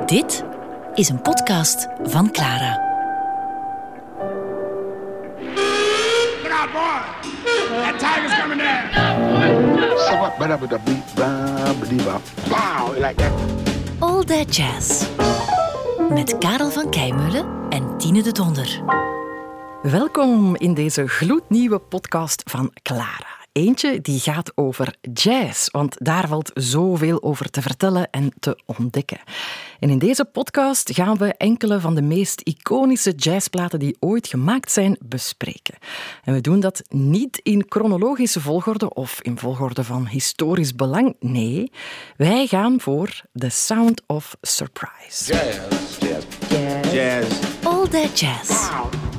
Dit is een podcast van Clara. Look out, boy. That tiger's coming down. Like that. All That Jazz. Met Karel van Keimeulen en Tine de Donder. Welkom in deze gloednieuwe podcast van Clara. Eentje die gaat over jazz, want daar valt zoveel over te vertellen en te ontdekken. En in deze podcast gaan we enkele van de meest iconische jazzplaten die ooit gemaakt zijn bespreken. En we doen dat niet in chronologische volgorde of in volgorde van historisch belang. Nee, wij gaan voor The Sound of Surprise. Jazz. All That Jazz.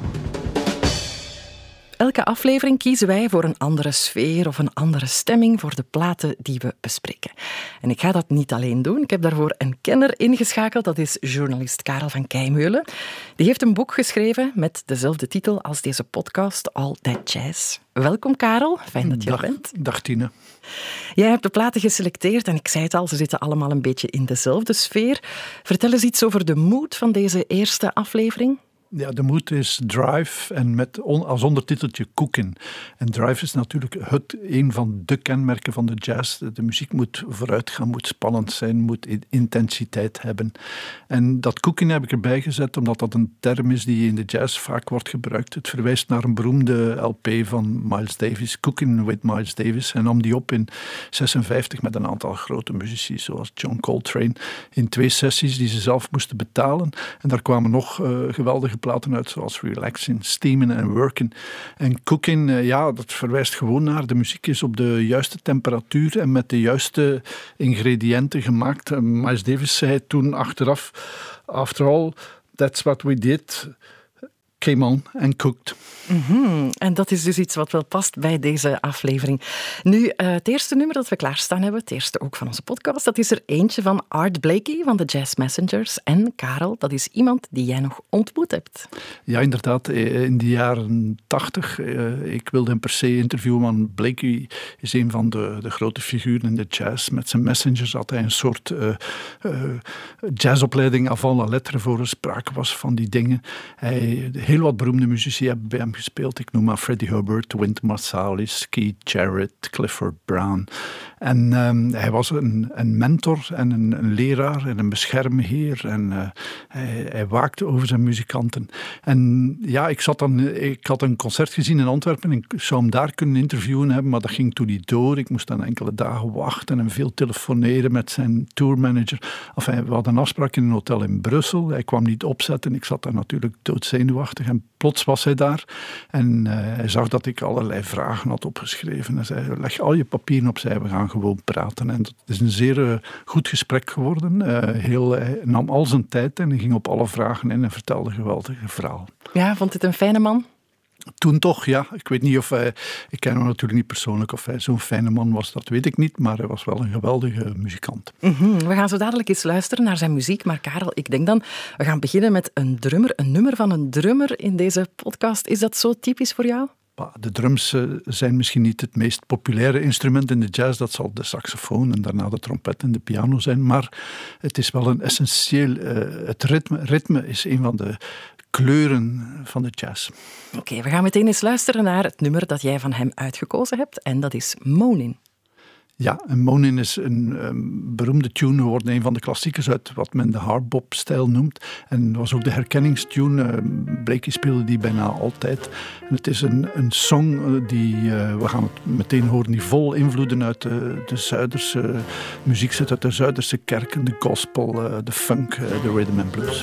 Elke aflevering kiezen wij voor een andere sfeer of een andere stemming voor de platen die we bespreken. En ik ga dat niet alleen doen. Ik heb daarvoor een kenner ingeschakeld. Dat is journalist Karel van Keimeulen. Die heeft een boek geschreven met dezelfde titel als deze podcast, All That Jazz. Welkom Karel, fijn dat je er bent. Dag Tine. Jij hebt de platen geselecteerd en ik zei het al, ze zitten allemaal een beetje in dezelfde sfeer. Vertel eens iets over de mood van deze eerste aflevering. Ja, de mood is Drive en met als ondertiteltje Cookin'. En Drive is natuurlijk een van de kenmerken van de jazz. De muziek moet vooruit gaan, moet spannend zijn, moet intensiteit hebben. En dat Cookin' heb ik erbij gezet omdat dat een term is die in de jazz vaak wordt gebruikt. Het verwijst naar een beroemde LP van Miles Davis, Cookin' with Miles Davis. Hij nam die op in 1956 met een aantal grote muzici zoals John Coltrane in 2 sessies die ze zelf moesten betalen. En daar kwamen nog geweldige platen uit, zoals Relaxing, Steamin' en Workin'. En Cookin', dat verwijst gewoon naar de muziek is op de juiste temperatuur en met de juiste ingrediënten gemaakt. Miles Davis zei toen achteraf, after all, that's what we did, came on and cooked. Mm-hmm. En dat is dus iets wat wel past bij deze aflevering. Nu, het eerste nummer dat we klaarstaan hebben, het eerste ook van onze podcast, dat is er eentje van Art Blakey van de Jazz Messengers. En Karel, dat is iemand die jij nog ontmoet hebt. Ja, inderdaad. In de jaren 80. Ik wilde hem per se interviewen, want Blakey is een van de grote figuren in de jazz. Met zijn Messengers had hij een soort jazzopleiding avant la lettre voor er sprake was van die dingen. Heel wat beroemde muzici hebben bij hem gespeeld. Ik noem maar Freddie Hubbard, Wynton Marsalis, Keith Jarrett, Clifford Brown. En hij was een mentor en een leraar en een beschermheer. En hij waakte over zijn muzikanten. En ja, ik had een concert gezien in Antwerpen en ik zou hem daar kunnen interviewen hebben, maar dat ging toen niet door. Ik moest dan enkele dagen wachten en veel telefoneren met zijn tourmanager. Enfin, we hadden een afspraak in een hotel in Brussel. Hij kwam niet opzetten. Ik zat daar natuurlijk doodzenuwachtig en plots was hij daar. En hij zag dat ik allerlei vragen had opgeschreven. Hij zei, leg al je papieren opzij, we gaan gewoon praten. En dat is een zeer goed gesprek geworden. Hij nam al zijn tijd en hij ging op alle vragen in en vertelde een geweldige verhaal. Ja, vond het een fijne man? Toen toch, ja. Ik weet niet of hij... Ik ken hem natuurlijk niet persoonlijk. Of hij zo'n fijne man was, dat weet ik niet. Maar hij was wel een geweldige muzikant. Mm-hmm. We gaan zo dadelijk eens luisteren naar zijn muziek. Maar Karel, ik denk dan, we gaan beginnen met een drummer. Een nummer van een drummer in deze podcast. Is dat zo typisch voor jou? De drums zijn misschien niet het meest populaire instrument in de jazz. Dat zal de saxofoon en daarna de trompet en de piano zijn. Maar het is wel een essentieel... Het ritme is een van de kleuren van de jazz. Oké, we gaan meteen eens luisteren naar het nummer dat jij van hem uitgekozen hebt. En dat is Moanin'. Ja, en Moanin' is een beroemde tune geworden, een van de klassiekers uit wat men de hardbop-stijl noemt. En was ook de herkenningstune. Blakey speelde die bijna altijd. En het is een song die, we gaan het meteen horen, die vol invloeden uit de Zuiderse muziek zit, uit de Zuiderse kerken, de gospel, de funk, de rhythm and blues.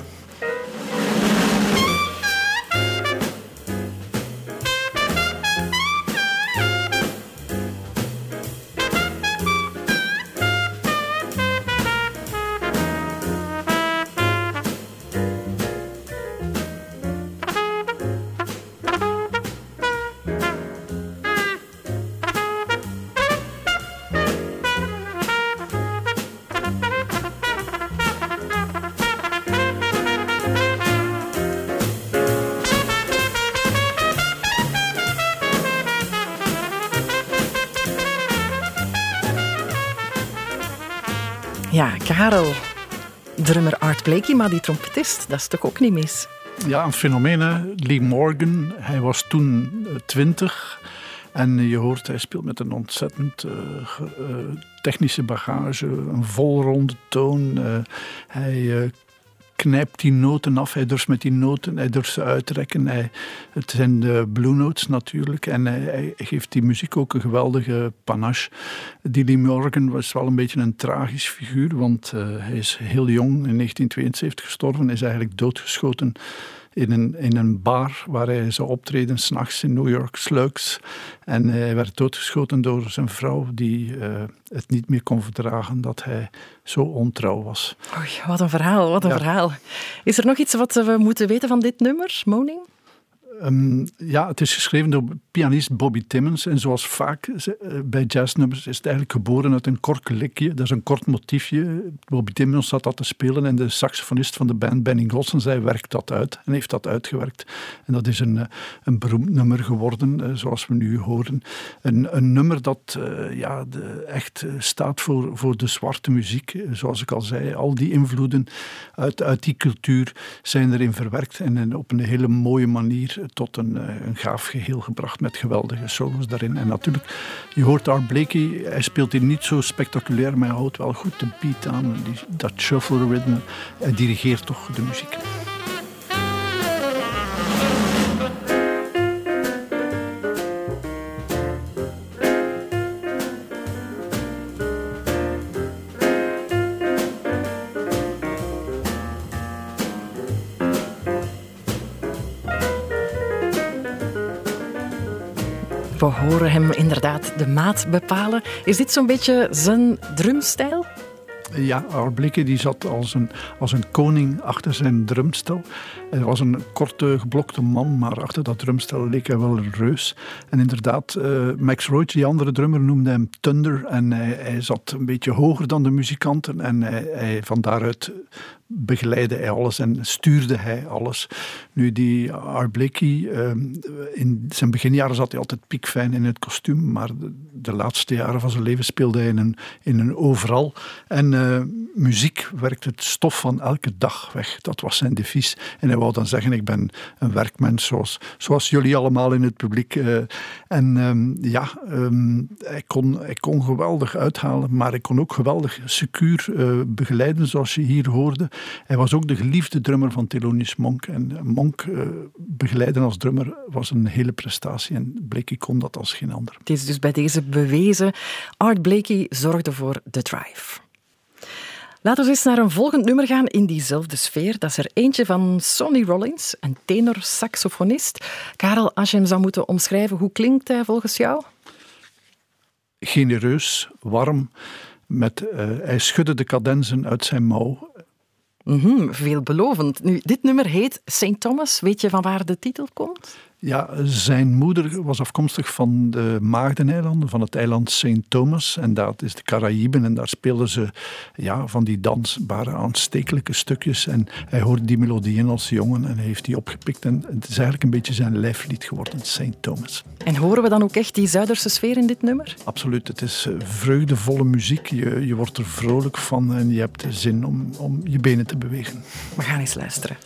Ja, Karel, drummer Art Blakey, maar die trompetist, dat is toch ook niet mis? Ja, een fenomeen, hè. Lee Morgan, hij was toen 20 en je hoort, hij speelt met een ontzettend technische bagage, een volronde toon. Hij knijpt die noten af, hij durft met die noten, hij durft ze uitrekken. Het zijn de Blue Notes natuurlijk en hij geeft die muziek ook een geweldige panache. Die Lee Morgan was wel een beetje een tragisch figuur, want hij is heel jong, in 1972 gestorven, is eigenlijk doodgeschoten in een bar waar hij zou optreden 's nachts in New York, Slugs. En hij werd doodgeschoten door zijn vrouw die het niet meer kon verdragen dat hij zo ontrouw was. Oei, wat een verhaal, wat een verhaal. Is er nog iets wat we moeten weten van dit nummer, Moning? Ja, het is geschreven door pianist Bobby Timmons en zoals vaak bij jazznummers is het eigenlijk geboren uit een kort likje. Dat is een kort motiefje. Bobby Timmons zat dat te spelen en de saxofonist van de band Benny Golson zei werkt dat uit en heeft dat uitgewerkt. En dat is een beroemd nummer geworden, zoals we nu horen. Een nummer dat echt staat voor de zwarte muziek. Zoals ik al zei, al die invloeden uit die cultuur zijn erin verwerkt en op een hele mooie manier tot een gaaf geheel gebracht met geweldige solos daarin. En natuurlijk, je hoort Art Blakey, hij speelt hier niet zo spectaculair, maar hij houdt wel goed de beat aan. Dat shuffle ritme, hij dirigeert toch de muziek. We horen hem inderdaad de maat bepalen. Is dit zo'n beetje zijn drumstijl? Ja, Art Blakey die zat als een koning achter zijn drumstel. Hij was een korte, geblokte man, maar achter dat drumstel leek hij wel een reus. En inderdaad, Max Roach, die andere drummer, noemde hem Thunder. En hij zat een beetje hoger dan de muzikanten. En hij van daaruit begeleidde hij alles en stuurde hij alles. Nu, die Art Blakey, in zijn beginjaren zat hij altijd piekfijn in het kostuum, maar de laatste jaren van zijn leven speelde hij in een overal. En muziek werkt het stof van elke dag weg. Dat was zijn devies. En hij wou dan zeggen, ik ben een werkmens zoals jullie allemaal in het publiek. Hij kon geweldig uithalen, maar hij kon ook geweldig secuur begeleiden, zoals je hier hoorde. Hij was ook de geliefde drummer van Thelonious Monk. En Monk begeleiden als drummer was een hele prestatie. En Blakey kon dat als geen ander. Het is dus bij deze bewezen. Art Blakey zorgde voor de drive. Laten we eens naar een volgend nummer gaan in diezelfde sfeer. Dat is er eentje van Sonny Rollins, een tenor-saxofonist. Karel, als je hem zou moeten omschrijven, hoe klinkt hij volgens jou? Genereus, warm. Hij schudde de cadenzen uit zijn mouw. Veelbelovend. Nu, dit nummer heet St. Thomas. Weet je van waar de titel komt? Ja, zijn moeder was afkomstig van de Maagdeneilanden, van het eiland St. Thomas. En dat is de Caraïben. En daar speelden ze van die dansbare, aanstekelijke stukjes. En hij hoorde die melodieën als jongen en hij heeft die opgepikt. En het is eigenlijk een beetje zijn lijflied geworden, St. Thomas. En horen we dan ook echt die Zuiderse sfeer in dit nummer? Absoluut. Het is vreugdevolle muziek. Je wordt er vrolijk van en je hebt zin om je benen te bewegen. We gaan eens luisteren.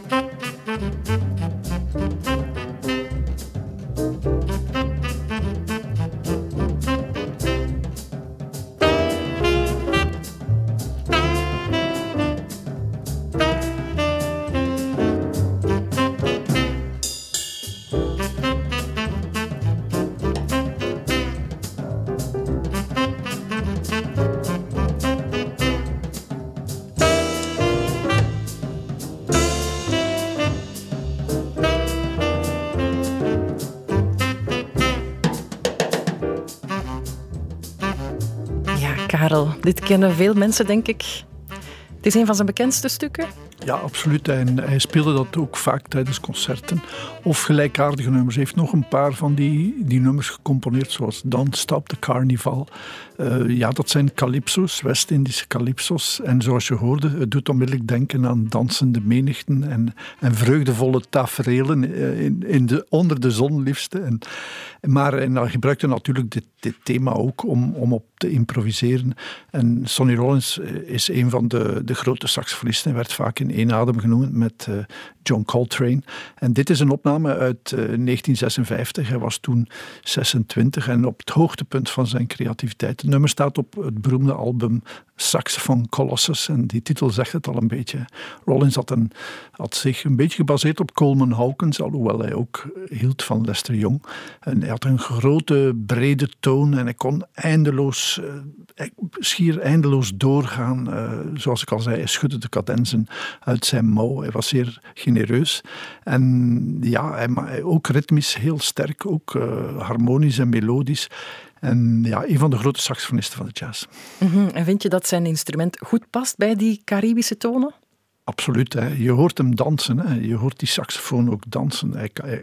Karel, dit kennen veel mensen, denk ik. Het is een van zijn bekendste stukken. Ja, absoluut. En hij speelde dat ook vaak tijdens concerten. Of gelijkaardige nummers. Hij heeft nog een paar van die nummers gecomponeerd, zoals Don't Stop the Carnival. Dat zijn calypso's, West-Indische calypso's. En zoals je hoorde, het doet onmiddellijk denken aan dansende menigten en vreugdevolle taferelen onder de zon liefst. Maar hij gebruikte natuurlijk dit thema ook om op te improviseren. En Sonny Rollins is een van de grote saxofonisten. Hij werd vaak in één adem genoemd met John Coltrane. En dit is een opname uit 1956. Hij was toen 26 en op het hoogtepunt van zijn creativiteit. Het nummer staat op het beroemde album Saxophone Colossus. En die titel zegt het al een beetje. Rollins had zich een beetje gebaseerd op Coleman Hawkins, alhoewel hij ook hield van Lester Young. En hij had een grote, brede toon en hij kon schier eindeloos doorgaan. Zoals ik al zei, hij schudde de cadenzen uit zijn mouw. Hij was zeer genereus. En ja, hij ook ritmisch heel sterk, ook harmonisch en melodisch. En ja, een van de grote saxofonisten van de jazz. Mm-hmm. En vind je dat zijn instrument goed past bij die Caribische tonen? Absoluut. Hè. Je hoort hem dansen. Hè. Je hoort die saxofoon ook dansen.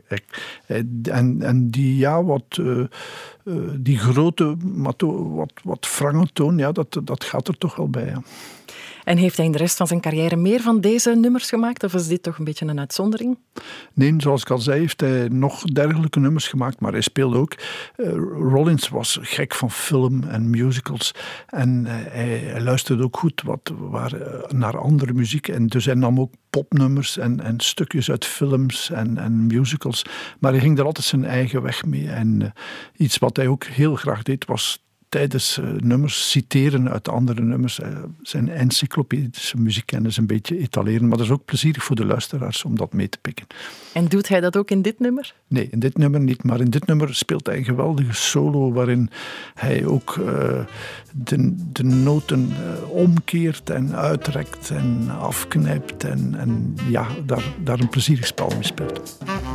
En die, die grote, wat frange toon, ja, dat gaat er toch wel bij. Ja. En heeft hij in de rest van zijn carrière meer van deze nummers gemaakt? Of is dit toch een beetje een uitzondering? Nee, zoals ik al zei, heeft hij nog dergelijke nummers gemaakt. Maar hij speelde ook. Rollins was gek van film en musicals. En hij luisterde ook goed naar andere muziek. En dus hij nam ook popnummers en stukjes uit films en musicals. Maar hij ging er altijd zijn eigen weg mee. En iets wat hij ook heel graag deed was tijdens nummers citeren uit andere nummers. Zijn encyclopedische muziekkennis een beetje etaleren. Maar dat is ook plezierig voor de luisteraars om dat mee te pikken. En doet hij dat ook in dit nummer? Nee, in dit nummer niet. Maar in dit nummer speelt hij een geweldige solo waarin hij ook de noten omkeert en uitrekt en afknijpt. En ja, daar een plezierig spel mee speelt.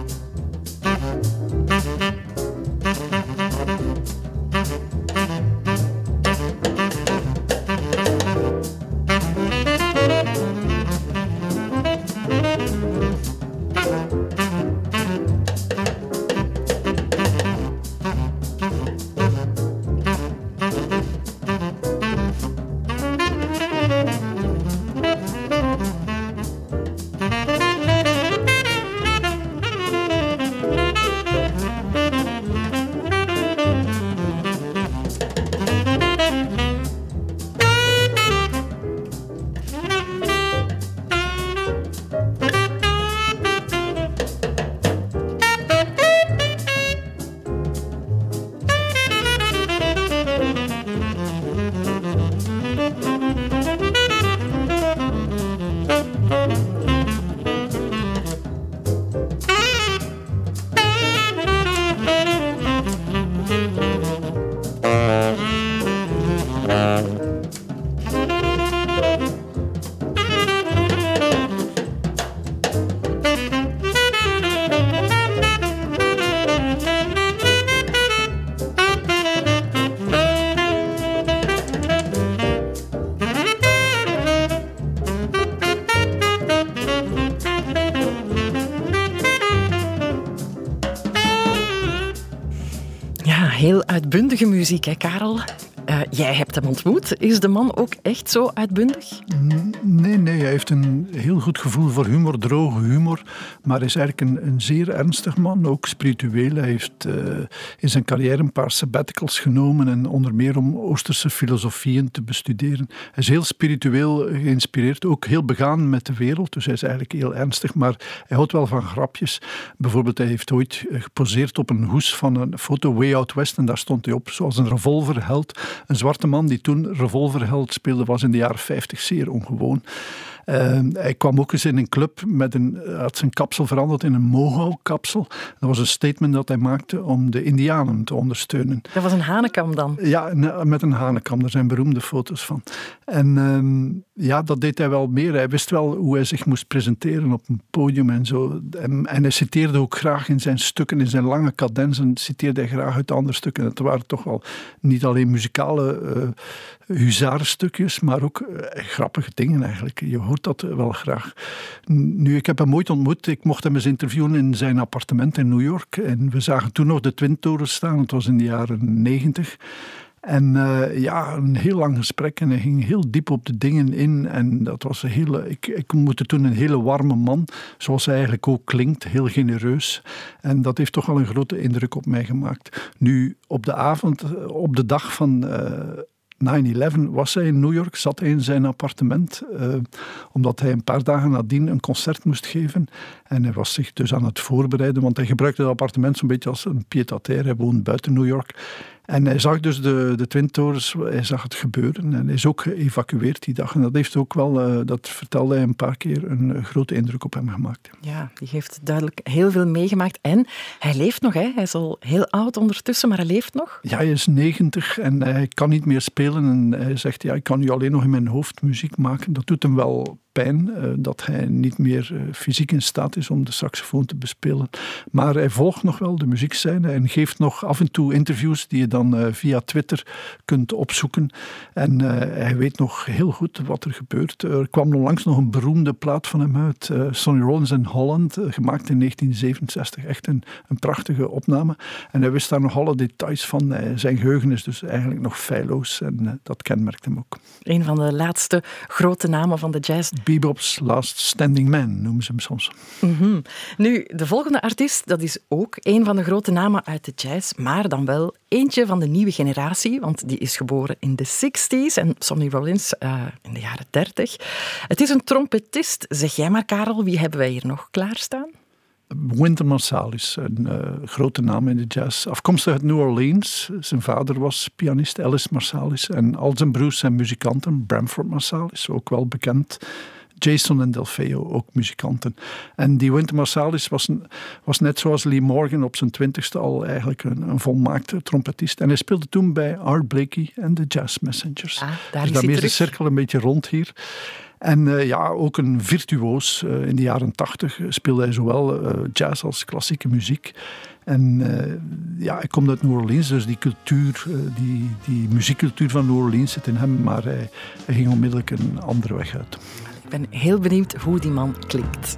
Heel uitbundige muziek, hè, Karel? Jij hebt hem ontmoet. Is de man ook echt zo uitbundig? Nee, hij heeft een heel goed gevoel voor humor, droge humor. Maar hij is eigenlijk een zeer ernstig man, ook spiritueel. Hij heeft in zijn carrière een paar sabbaticals genomen en onder meer om Oosterse filosofieën te bestuderen. Hij is heel spiritueel geïnspireerd, ook heel begaan met de wereld. Dus hij is eigenlijk heel ernstig, maar hij houdt wel van grapjes. Bijvoorbeeld, hij heeft ooit geposeerd op een hoes van een foto Way Out West en daar stond hij op zoals een revolverheld. Een zwarte man die toen revolverheld speelde, was in de jaren 50 zeer ongewoon. Hij kwam ook eens in een club had zijn kapsel veranderd in een Mohawk-kapsel. Dat was een statement dat hij maakte om de Indianen te ondersteunen. Dat was een hanekam dan? Ja, met een hanekam. Daar zijn beroemde foto's van. En dat deed hij wel meer. Hij wist wel hoe hij zich moest presenteren op een podium en zo. En hij citeerde ook graag in zijn stukken, in zijn lange cadenzen, citeerde hij graag uit andere stukken. Het waren toch wel niet alleen muzikale huzarenstukjes, maar ook grappige dingen eigenlijk. Je hoort dat wel graag. Nu, ik heb hem ooit ontmoet. Ik mocht hem eens interviewen in zijn appartement in New York. En we zagen toen nog de Twin Towers staan. Het was in de jaren 90. En een heel lang gesprek en hij ging heel diep op de dingen in. En dat was ik ontmoette toen een hele warme man, zoals hij eigenlijk ook klinkt, heel genereus. En dat heeft toch wel een grote indruk op mij gemaakt. Nu, op de dag van 9/11 was hij in New York, zat hij in zijn appartement, omdat hij een paar dagen nadien een concert moest geven. En hij was zich dus aan het voorbereiden, want hij gebruikte het appartement zo'n beetje als een pied-à-terre. Hij woont buiten New York. En hij zag dus de Twin Towers, hij zag het gebeuren. En hij is ook geëvacueerd die dag. En dat heeft ook wel, dat vertelde hij een paar keer, een grote indruk op hem gemaakt. Ja, die heeft duidelijk heel veel meegemaakt. En hij leeft nog, hè? Hij is al heel oud ondertussen, maar hij leeft nog. Ja, hij is 90 en hij kan niet meer spelen. En hij zegt, ik kan nu alleen nog in mijn hoofd muziek maken. Dat doet hem wel pijn, dat hij niet meer fysiek in staat is om de saxofoon te bespelen. Maar hij volgt nog wel de muziekscène en geeft nog af en toe interviews die je dan via Twitter kunt opzoeken. En hij weet nog heel goed wat er gebeurt. Er kwam onlangs nog een beroemde plaat van hem uit, Sonny Rollins in Holland, gemaakt in 1967. Echt een prachtige opname. En hij wist daar nog alle details van. Zijn geheugen is dus eigenlijk nog feilloos en dat kenmerkt hem ook. Een van de laatste grote namen van de jazz. Bebop's Last Standing Man noemen ze hem soms. Mm-hmm. Nu, de volgende artiest, dat is ook een van de grote namen uit de jazz, maar dan wel eentje van de nieuwe generatie, want die is geboren in de 60s en Sonny Rollins in de jaren 30. Het is een trompetist. Zeg jij maar, Karel, wie hebben wij hier nog klaarstaan? Wynton Marsalis, een grote naam in de jazz. Afkomstig uit New Orleans. Zijn vader was pianist, Ellis Marsalis. En al zijn broers zijn muzikanten. Branford Marsalis, ook wel bekend. Jason en Delfeo, ook muzikanten. En die Wynton Marsalis was net zoals Lee Morgan op zijn 20ste al eigenlijk een volmaakte trompetist. En hij speelde toen bij Art Blakey en de Jazz Messengers. Daar dus daarmee is de cirkel een beetje rond hier. En ook een virtuoos. In de jaren 80 speelde hij zowel jazz als klassieke muziek. En hij komt uit New Orleans, dus die cultuur, die muziekcultuur van New Orleans zit in hem, maar hij ging onmiddellijk een andere weg uit. Ik ben heel benieuwd hoe die man klinkt.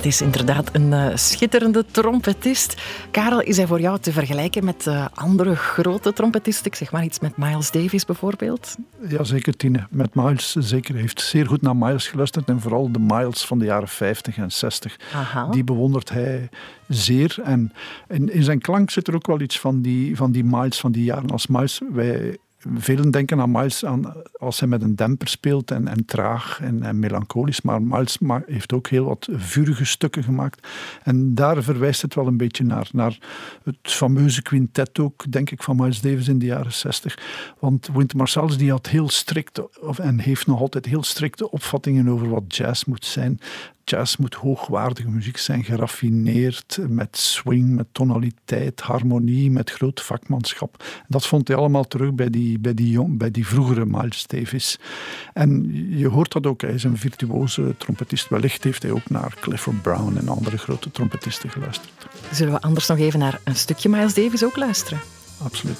is inderdaad een schitterende trompetist. Karel, is hij voor jou te vergelijken met andere grote trompetisten? Ik zeg maar iets met Miles Davis bijvoorbeeld. Ja, zeker, Tine. Met Miles zeker. Hij heeft zeer goed naar Miles geluisterd en vooral de Miles van de jaren 50 en 60. Aha. Die bewondert hij zeer. En in zijn klank zit er ook wel iets van die Miles van die jaren. Als Miles... Velen denken aan Miles als hij met een demper speelt en traag en melancholisch. Maar Miles heeft ook heel wat vurige stukken gemaakt. En daar verwijst het wel een beetje naar het fameuze quintet ook, denk ik, van Miles Davis in de jaren 60. Want Wynton Marsalis die had heel strikte, en heeft nog altijd heel strikte opvattingen over wat jazz moet zijn. Jazz moet hoogwaardige muziek zijn, geraffineerd, met swing, met tonaliteit, harmonie, met groot vakmanschap. Dat vond hij allemaal terug bij die vroegere Miles Davis. En je hoort dat ook, hij is een virtuoze trompetist. Wellicht heeft hij ook naar Clifford Brown en andere grote trompetisten geluisterd. Zullen we anders nog even naar een stukje Miles Davis ook luisteren? Absoluut.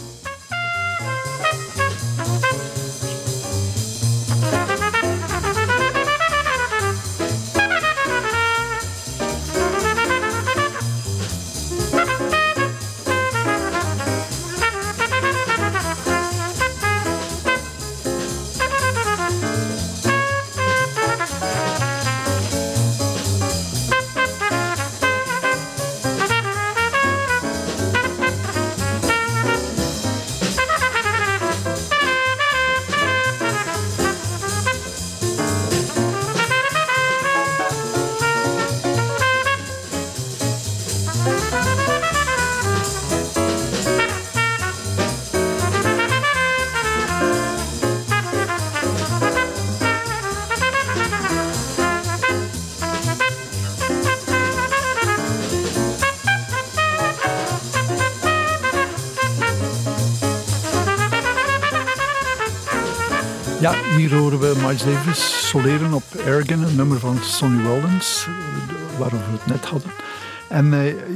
Ja, hier horen we Miles Davis soleren op Aragon, een nummer van Sonny Rollins, waarover we het net hadden. En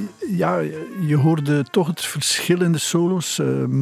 je hoorde toch het verschil in de solo's.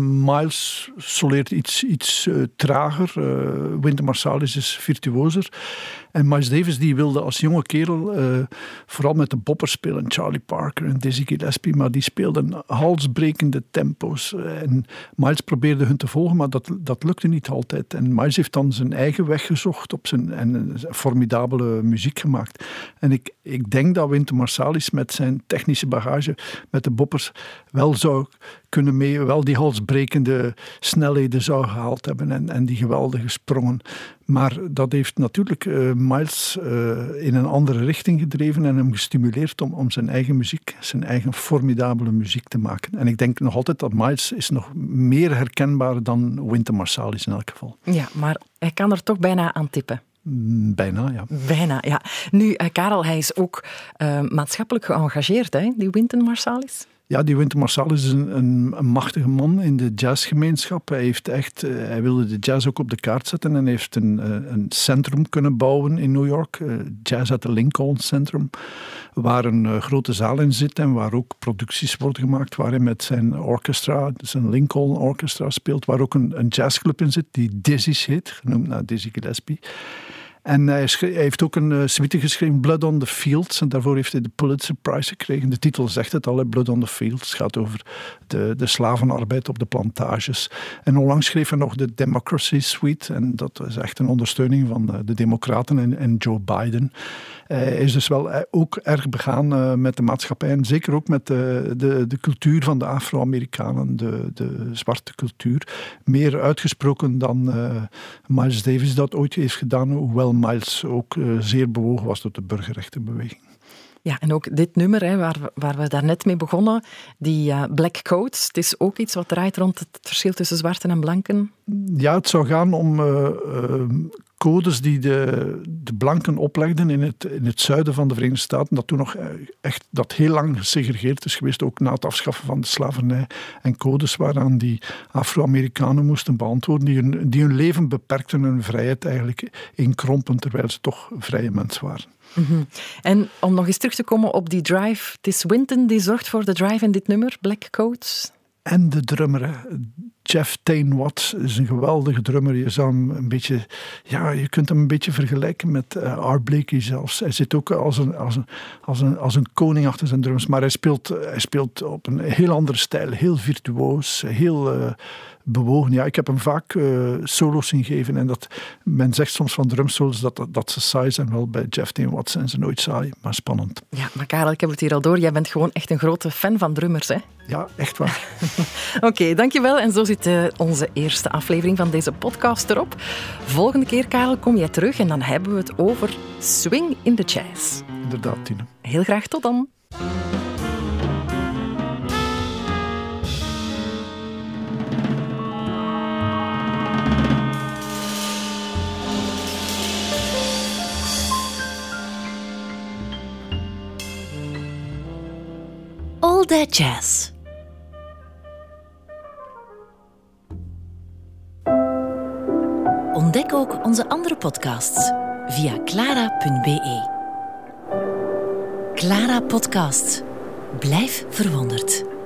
Miles soleert iets trager. Wynton Marsalis is virtuozer. En Miles Davis die wilde als jonge kerel vooral met de boppers spelen. Charlie Parker en Dizzy Gillespie. Maar die speelden halsbrekende tempo's. En Miles probeerde hun te volgen, maar dat lukte niet altijd. En Miles heeft dan zijn eigen weg gezocht en een formidabele muziek gemaakt. En ik denk dat Wynton Marsalis met zijn technische bagage, met de boppers, wel zou kunnen wel die halsbrekende snelheden zou gehaald hebben en die geweldige sprongen. Maar dat heeft natuurlijk Miles in een andere richting gedreven en hem gestimuleerd om zijn eigen muziek, zijn eigen formidabele muziek te maken. En ik denk nog altijd dat Miles is nog meer herkenbaar dan Wynton Marsalis in elk geval. Ja, maar hij kan er toch bijna aan tippen. Bijna, ja. Bijna, ja. Nu, Karel, hij is ook maatschappelijk geëngageerd, hè, die Wynton Marsalis. Ja, die Wynton Marsalis is een machtige man in de jazzgemeenschap. Hij wilde de jazz ook op de kaart zetten en heeft een centrum kunnen bouwen in New York. Jazz at the Lincoln Centrum, waar een grote zaal in zit en waar ook producties worden gemaakt, waar hij met zijn orchestra, zijn Lincoln Orchestra speelt, waar ook een jazzclub in zit die Dizzy's heet, genoemd naar Dizzy Gillespie. En hij heeft ook een suite geschreven, Blood on the Fields. En daarvoor heeft hij de Pulitzer Prize gekregen. De titel zegt het al, Blood on the Fields. Het gaat over de slavenarbeid op de plantages. En onlangs schreef hij nog de Democracy Suite. En dat is echt een ondersteuning van de Democraten en Joe Biden. Hij is dus wel ook erg begaan met de maatschappij. En zeker ook met de cultuur van de Afro-Amerikanen. De zwarte cultuur. Meer uitgesproken dan Miles Davis dat ooit heeft gedaan. Hoewel Miles ook zeer bewogen was tot de burgerrechtenbeweging. Ja, en ook dit nummer, hè, waar we daarnet mee begonnen, die Black Coats, het is ook iets wat draait rond het verschil tussen zwarten en blanken. Ja, het zou gaan om codes die de blanken oplegden in het zuiden van de Verenigde Staten, dat toen nog echt dat heel lang gesegregeerd is geweest, ook na het afschaffen van de slavernij. En codes waaraan die Afro-Amerikanen moesten beantwoorden, die hun leven beperkten, hun vrijheid eigenlijk inkrompen, terwijl ze toch vrije mensen waren. Mm-hmm. En om nog eens terug te komen op die drive, het is Wynton die zorgt voor de drive in dit nummer, Black Coats. En de drummer, Jeff Tain Watts is een geweldige drummer. Je zou hem een beetje, je kunt hem een beetje vergelijken met Art Blakey zelfs. Hij zit ook als een koning achter zijn drums, maar hij speelt op een heel andere stijl, heel virtuoos, heel bewogen. Ja, ik heb hem vaak solo's zien geven en men zegt soms van drumsolos dat ze saai zijn. Wel, bij Jeff Tain Watts zijn ze nooit saai, maar spannend. Ja, maar Karel, ik heb het hier al door. Jij bent gewoon echt een grote fan van drummers, hè? Ja, echt waar. Oké, dankjewel. En zo zit onze eerste aflevering van deze podcast erop. Volgende keer, Karel, kom jij terug en dan hebben we het over swing in de jazz. Inderdaad, Tine. Heel graag tot dan. All That Jazz. Ontdek ook onze andere podcasts via clara.be. Clara Podcast. Blijf verwonderd.